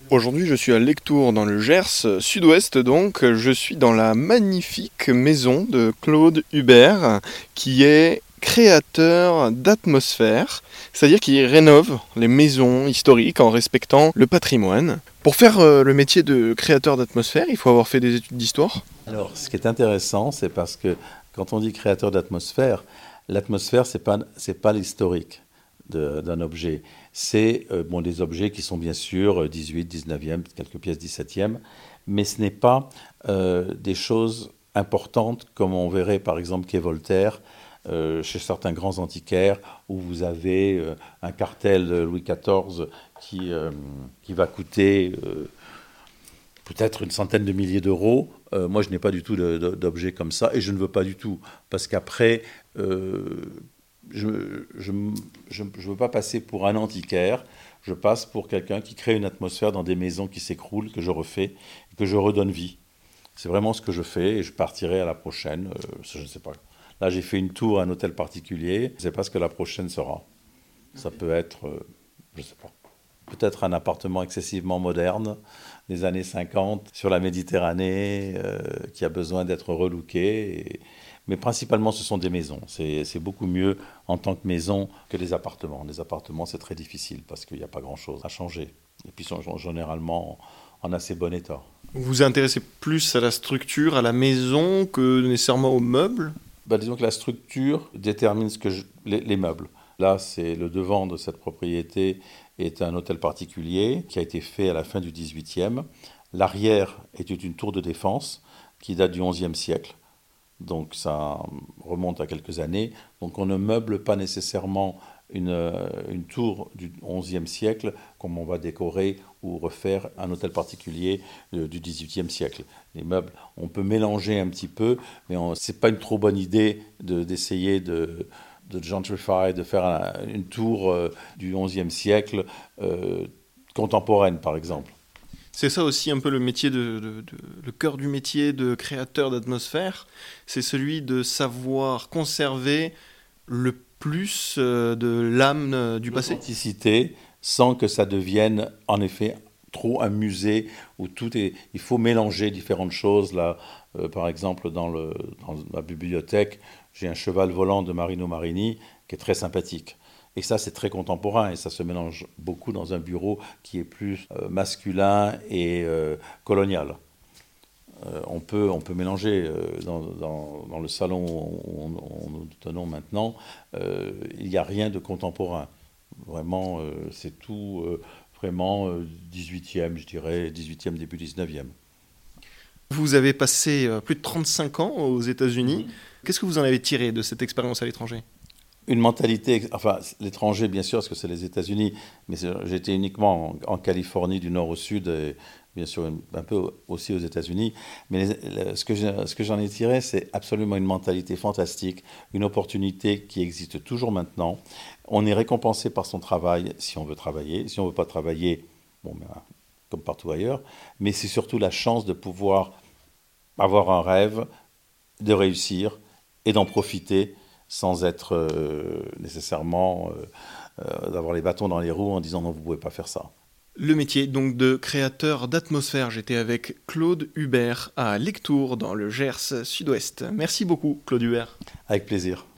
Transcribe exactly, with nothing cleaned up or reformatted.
Aujourd'hui, je suis à Lectoure, dans le Gers, sud-ouest donc. Je suis dans la magnifique maison de Claude Hubert, qui est créateur d'atmosphère, c'est-à-dire qu'il rénove les maisons historiques en respectant le patrimoine. Pour faire euh, le métier de créateur d'atmosphère, il faut avoir fait des études d'histoire. Alors, ce qui est intéressant, c'est parce que quand on dit créateur d'atmosphère, l'atmosphère, c'est pas, c'est pas l'historique de- d'un objet. C'est euh, bon, des objets qui sont bien sûr dix-huit, dix-neuvième, quelques pièces dix-septième, mais ce n'est pas euh, des choses importantes comme on verrait par exemple quai Voltaire euh, chez certains grands antiquaires où vous avez euh, un cartel de Louis quatorze qui, euh, qui va coûter euh, peut-être une centaine de milliers d'euros. Euh, moi, je n'ai pas du tout de- de- d'objets comme ça et je ne veux pas du tout. Parce qu'après, euh, je ne je, je, je veux pas passer pour un antiquaire. Je passe pour quelqu'un qui crée une atmosphère dans des maisons qui s'écroulent, que je refais, et que je redonne vie. C'est vraiment ce que je fais et je partirai à la prochaine. Euh, je ne sais pas. Là, j'ai fait une tour à un hôtel particulier. Je ne sais pas ce que la prochaine sera. Ça peut être, euh, je ne sais pas. Peut-être un appartement excessivement moderne des années cinquante sur la Méditerranée euh, qui a besoin d'être relooké. Et- Mais principalement, ce sont des maisons. C'est c'est beaucoup mieux en tant que maison que des appartements. Les appartements, c'est très difficile parce qu'il n'y a pas grand-chose à changer. Et puis, ils sont généralement en assez bon état. Vous vous intéressez plus à la structure, à la maison, que nécessairement aux meubles. Bah, disons que la structure détermine ce que je- les, les meubles. Là, c'est le devant de cette propriété est un hôtel particulier qui a été fait à la fin du dix-huitième. L'arrière était une tour de défense qui date du onzième siècle. Donc ça remonte à quelques années. Donc on ne meuble pas nécessairement une, euh, une tour du onzième siècle comme on va décorer ou refaire un hôtel particulier euh, du dix-huitième siècle. Les meubles, on peut mélanger un petit peu, mais ce n'est pas une trop bonne idée de- d'essayer de, de gentrify, de faire un- une tour euh, du onzième siècle euh, contemporaine par exemple. C'est ça aussi un peu le métier de, de- de- le cœur du métier de créateur d'atmosphère, c'est celui de savoir conserver le plus euh, de l'âme euh, du passé. L'authenticité sans que ça devienne en effet trop un musée où tout est. Il faut mélanger différentes choses. Là, euh, par exemple, dans, le, dans ma bibliothèque, j'ai un cheval volant de Marino Marini qui est très sympathique. Et ça, c'est très contemporain et ça se mélange beaucoup dans un bureau qui est plus euh, masculin et euh, colonial. Euh, on, peut, on peut mélanger euh, dans, dans- dans le salon où on, on nous tenons maintenant, euh, il n'y a rien de contemporain. Vraiment, euh, c'est tout euh, vraiment euh, dix-huitième, je dirais, dix-huitième, début dix-neuvième. Vous avez passé euh, plus de trente-cinq ans aux États-Unis. Mhm. Qu'est-ce que vous en avez tiré de cette expérience à l'étranger? Une mentalité, enfin l'étranger bien sûr, parce que c'est les États-Unis, mais c'est- j'étais uniquement en, en Californie du nord au sud, et bien sûr un peu aussi aux États-Unis. Mais les- le- ce que j'ai- ce que j'en ai tiré, c'est absolument une mentalité fantastique, une opportunité qui existe toujours maintenant. On est récompensé par son travail si on veut travailler. Si on ne veut pas travailler, bon, ben, comme partout ailleurs. Mais c'est surtout la chance de pouvoir avoir un rêve, de réussir et d'en profiter sans être euh, nécessairement euh, euh, d'avoir les bâtons dans les roues en disant non, vous ne pouvez pas faire ça. Le métier donc de créateur d'atmosphère. J'étais avec Claude Hubert à Lectoure dans le Gers sud-ouest. Merci beaucoup Claude Hubert. Avec plaisir.